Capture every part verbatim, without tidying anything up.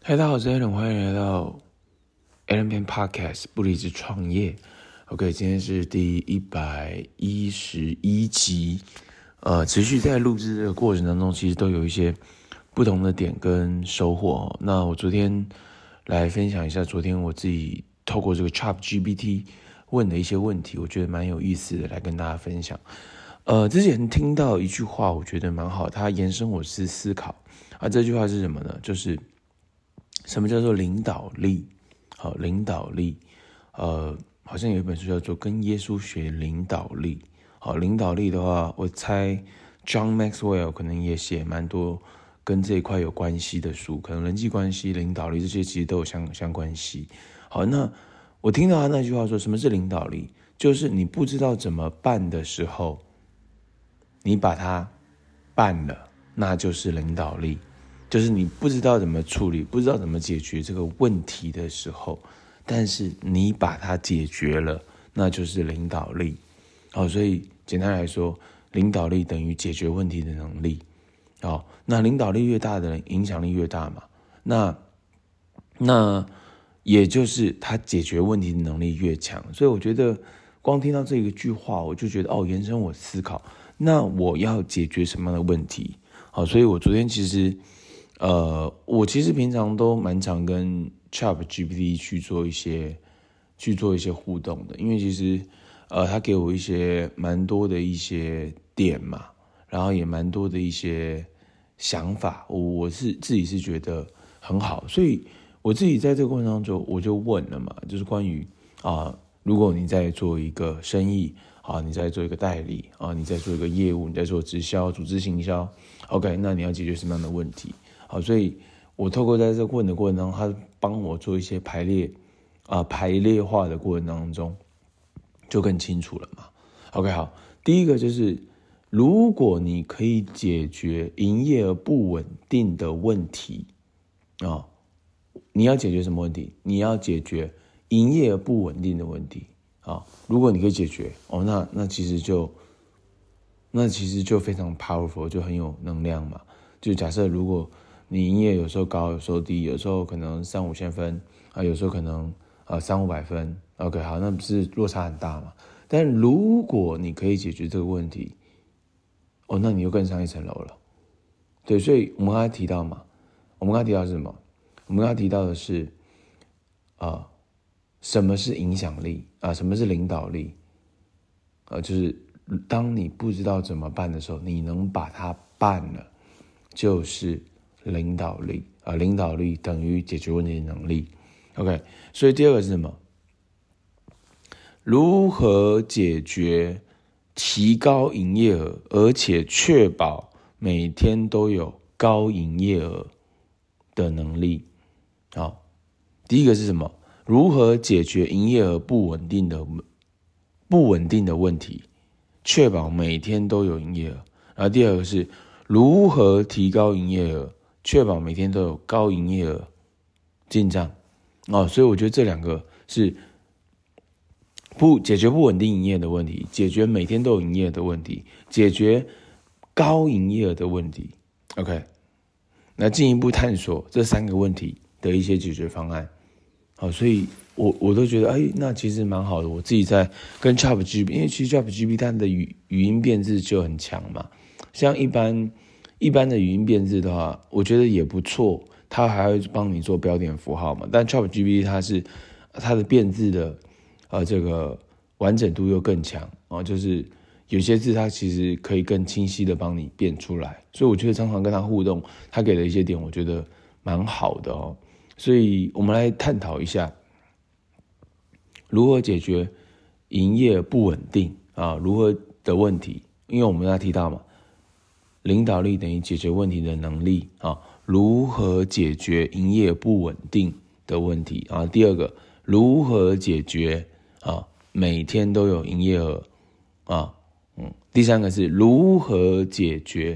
嗨，大家好，我是 Alan， 欢迎来到 Alan Pan Podcast 不离职创业。OK， 今天是第一百一十一集，呃，持续在录制的过程当中，其实都有一些不同的点跟收获。那我昨天来分享一下，昨天我自己透过这个 ChatGPT 问的一些问题，我觉得蛮有意思的，来跟大家分享。呃，之前听到一句话，我觉得蛮好，它延伸我是思考啊。这句话是什么呢？就是什么叫做领导力？好，领导力，呃，好像有一本书叫做《跟耶稣学领导力》。好，领导力的话，我猜 John Maxwell 可能也写蛮多跟这一块有关系的书，可能人际关系、领导力这些其实都有相相关系。好，那我听到他那句话说，什么是领导力？就是你不知道怎么办的时候，你把它办了，那就是领导力。就是你不知道怎么处理，不知道怎么解决这个问题的时候，但是你把它解决了，那就是领导力。好，所以简单来说，领导力等于解决问题的能力。好，那领导力越大的人，影响力越大嘛。那那也就是他解决问题的能力越强。所以我觉得，光听到这一句话，我就觉得哦，延伸我思考，那我要解决什么样的问题？好，所以我昨天其实。呃，我其实平常都蛮常跟 ChatGPT 去做一些去做一些互动的，因为其实呃，他给我一些蛮多的一些点嘛，然后也蛮多的一些想法，我我是自己是觉得很好，所以我自己在这个过程当中，我就问了嘛，就是关于啊、呃，如果你在做一个生意啊，你在做一个代理啊，你在做一个业务，你在做直销、组织行销 ，OK， 那你要解决什么样的问题？好，所以我透过在这问的过程当中，他帮我做一些排列啊、呃、排列化的过程当中，就更清楚了嘛。OK， 好，第一个就是，如果你可以解决营业额不稳定的问题啊、哦，你要解决什么问题？你要解决营业额不稳定的问题啊、哦。如果你可以解决哦，那那其实就那其实就非常 powerful， 就很有能量嘛。就假设如果你营业有时候高，有时候低，有时候可能三五千分啊，有时候可能呃三五百分。OK， 好，那不是落差很大嘛？但如果你可以解决这个问题，哦，那你又更上一层楼了。对，所以我们刚才提到嘛，我们刚才提到是什么？我们刚才提到的是，啊、呃，什么是影响力啊、呃？什么是领导力？呃，就是当你不知道怎么办的时候，你能把它办了，就是领导力啊、呃，领导力等于解决问题的能力。OK， 所以第二个是什么？如何解决提高营业额，而且确保每天都有高营业额的能力？好，第一个是什么？如何解决营业额不稳定的不稳定的问题，确保每天都有营业额。然后第二个是如何提高营业额，确保每天都有高营业额进账。哦，所以我觉得这两个是不解决不稳定营业的问题，解决每天都有营业的问题，解决高营业额的问题。OK， 那进一步探索这三个问题的一些解决方案。好，所以我我都觉得，哎，那其实蛮好的。我自己在跟 ChatGPT， 因为其实 ChatGPT 它的语语音辨识就很强嘛，像一般一般的语音辨识的话，我觉得也不错。它还会帮你做标点符号嘛，但 ChatGPT 它是它的辨识的呃这个完整度又更强啊，就是有些字它其实可以更清晰的帮你辨出来，所以我觉得常常跟它互动，它给的一些点我觉得蛮好的哦。所以我们来探讨一下如何解决营业不稳定啊，如何的问题，因为我们要提到嘛，领导力等于解决问题的能力啊。如何解决营业不稳定的问题啊？第二个，如何解决啊每天都有营业额啊？嗯，第三个是如何解决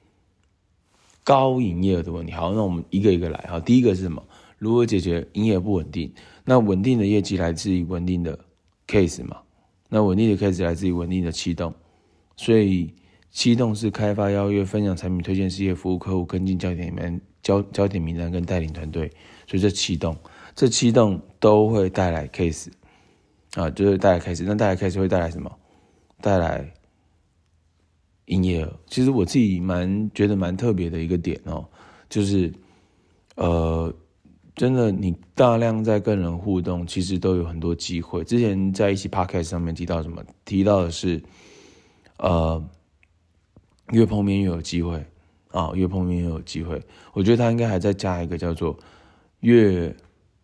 高营业额的问题。好，那我们一个一个来。好，第一个是什么？如何解决营业不稳定？那稳定的业绩来自于稳定的 case 嘛？那稳定的 case 来自于稳定的启动，所以启动是开发邀约、分享产品、推荐事业、服务客户、跟进焦点焦焦点名单跟带领团队，所以这七栋，这七栋都会带来 case 啊，就是带来 case， 那带来 case 会带来什么？带来营业额。其实我自己蛮觉得蛮特别的一个点哦，就是呃。真的，你大量在跟人互动，其实都有很多机会。之前在一期 podcast 上面提到什么？提到的是，呃，越碰面越有机会啊，越碰面越有机会。我觉得他应该还再加一个叫做越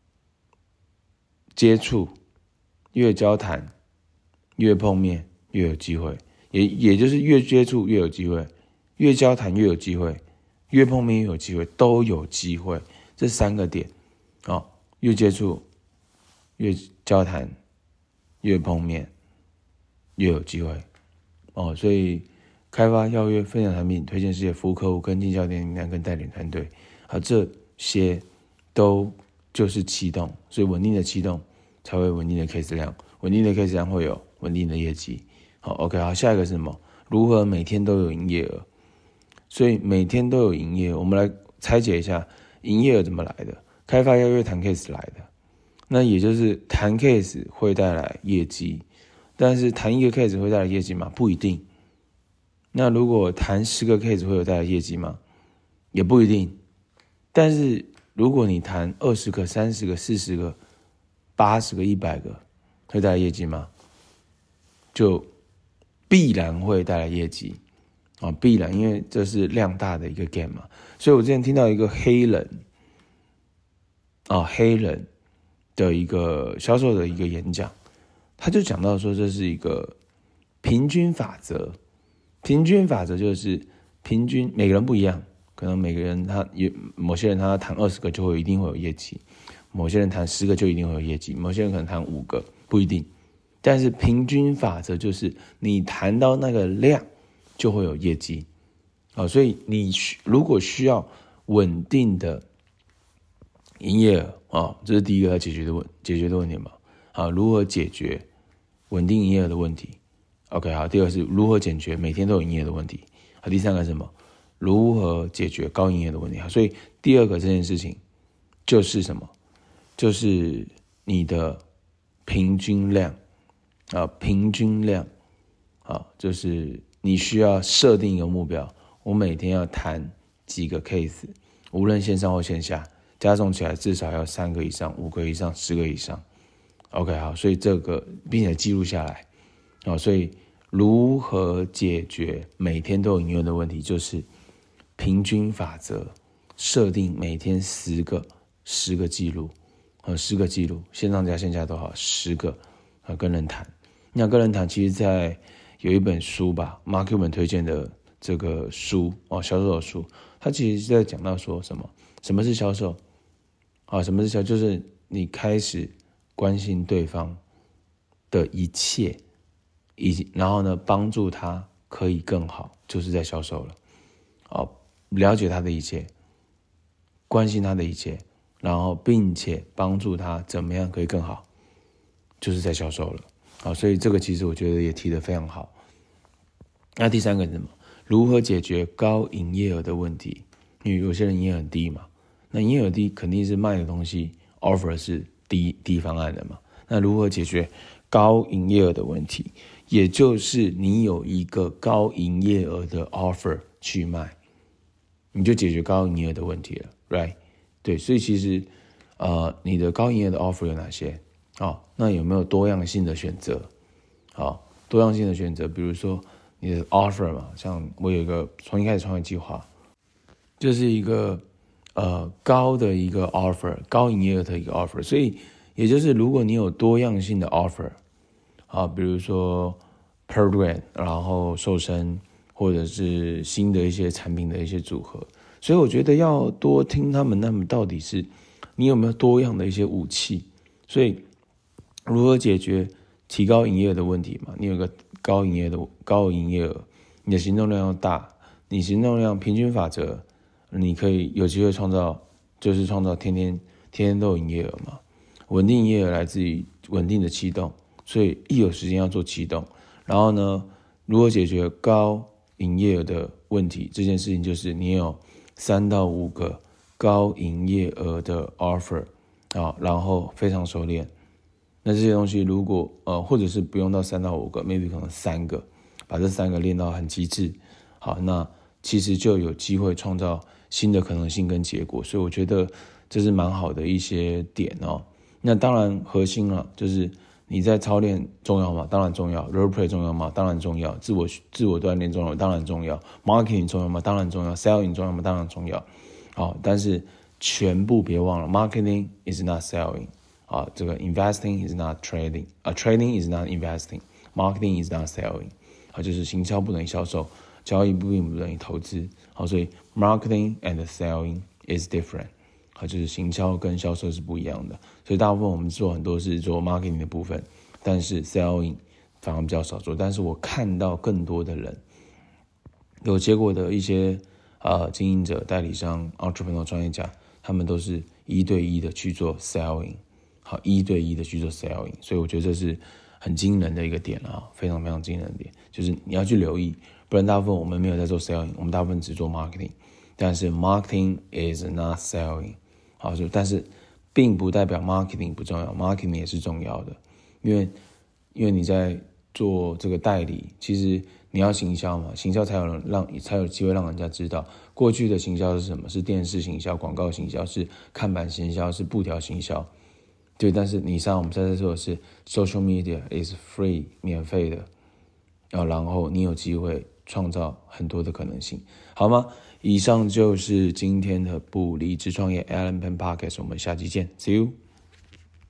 接触、越交谈、越碰面越有机会，也也就是越接触越有机会，越交谈越有机会，越碰面越有机会，都有机会。这三个点。哦，越接触，越交谈，越碰面，越有机会。哦，所以开发、邀约、分享产品、推荐事业、服务客户、跟进教练名单跟带领团队，啊，这些都就是启动，所以稳定的启动才会稳定的 case 量，稳定的 case 量会有稳定的业绩。好 ，OK， 好，下一个是什么？如何每天都有营业额？所以每天都有营业额，我们来拆解一下营业额怎么来的。开发邀约谈 case 来的，那也就是谈 case 会带来业绩，但是谈一个 case 会带来业绩吗？不一定。那如果谈十个 case 会有带来业绩吗？也不一定。但是如果你谈二十个、三十个、四十个、八十个、一百个，会带来业绩吗？就必然会带来业绩啊，必然，因为这是量大的一个 game 嘛。所以我之前听到一个黑人。啊，黑人的一个销售的一个演讲，他就讲到说这是一个平均法则。平均法则就是平均每个人不一样，可能每个人他有某些人他谈二十个就会一定会有业绩，某些人谈十个就一定会有业绩，某些人可能谈五个不一定。但是平均法则就是你谈到那个量就会有业绩。啊，所以你如果需要稳定的营业额啊，这是第一个要解决的问解决的问题嘛。好，如何解决稳定营业额的问题 ？OK， 好，第二个是如何解决每天都有营业额的问题。好，第三个是什么？如何解决高营业的问题？好，所以第二个这件事情就是什么？就是你的平均量啊，平均量啊，就是你需要设定一个目标，我每天要谈几个 case， 无论线上或线下。加总起来至少要三个以上、五个以上、十个以上。OK， 好，所以这个并且记录下来。哦，所以如何解决每天都有营业额的问题，就是平均法则，设定每天十个、十个记录，和十个记录，线上加线下都好，十个，和跟人谈。那跟人谈，其实在有一本书吧 ，Mark Cuban 推荐的这个书哦，销售的书，他其实是在讲到说什么？什么是销售？啊，什么是销售？就是你开始关心对方的一切，以及然后呢，帮助他可以更好，就是在销售了。哦，了解他的一切，关心他的一切，然后并且帮助他怎么样可以更好，就是在销售了。好，所以这个其实我觉得也提得非常好。那第三个是什么？如何解决高营业额的问题？因为有些人营业额很低嘛。那营业额低肯定是卖的东西 offer 是低低方案的嘛。那如何解决高营业额的问题？也就是你有一个高营业额的 offer 去卖，你就解决高营业额的问题了 ，right？ 对，所以其实呃，你的高营业额的 offer 有哪些？哦，那有没有多样性的选择？好，多样性的选择，比如说你的 offer 嘛，像我有一个从一开始创业计划，就是一个呃高的一个 offer， 高营业额的一个 offer， 所以也就是如果你有多样性的 offer， 啊，比如说 program， 然后瘦身，或者是新的一些产品的一些组合，所以我觉得要多听他们，他们到底是你有没有多样的一些武器，所以如何解决提高营业额的问题嘛？你有个高营业的高营业额，你的行动量要大，你行动量平均法则，你可以有机会创造，就是创造天天天天都有营业额嘛。稳定营业额来自于稳定的启动，所以一有时间要做启动。然后呢，如何解决高营业额的问题？这件事情就是你有三到五个高营业额的 offer 啊，然后非常熟练。那这些东西如果呃，或者是不用到三到五个 ，maybe 可能三个，把这三个练到很极致，好，那其实就有机会创造新的可能性跟结果。所以我觉得这是蛮好的一些点哦。那当然核心了，就是你在操练重要吗？当然重要。role play 重要吗？当然重要。自我自我锻炼重要吗？当然重要。marketing 重要吗？当然重要。selling 重要吗？当然重要。好，但是全部别忘了 ，marketing is not selling。啊，这个 investing is not trading， 啊 trading is not investing，marketing is not selling， 啊，就是行销不等于销售，交易并不等于投资，好，所以 marketing and selling is different， 啊，就是行销跟销售是不一样的，所以大部分我们做很多是做 marketing 的部分，但是 selling 反而比较少做，但是我看到更多的人有结果的一些呃经营者、代理商、entrepreneur 专业家，他们都是一对一的去做 selling。好，一对一的去做 selling， 所以我觉得这是很惊人的一个点啊，非常非常惊人的点，就是你要去留意，不然大部分我们没有在做 selling， 我们大部分只做 marketing， 但是 marketing is not selling， 好，但是并不代表 marketing 不重要 ，marketing 也是重要的，因为因为你在做这个代理，其实你要行销嘛，行销才有人让才有机会让人家知道，过去的行销是什么？是电视行销、广告行销，是看板行销，是布条行销。对，但是你像我们在这说的是 social media is free 免费的，然后你有机会创造很多的可能性，好吗？以上就是今天的不离职创业 Allen Pen Podcast， 我们下期见 ，See you。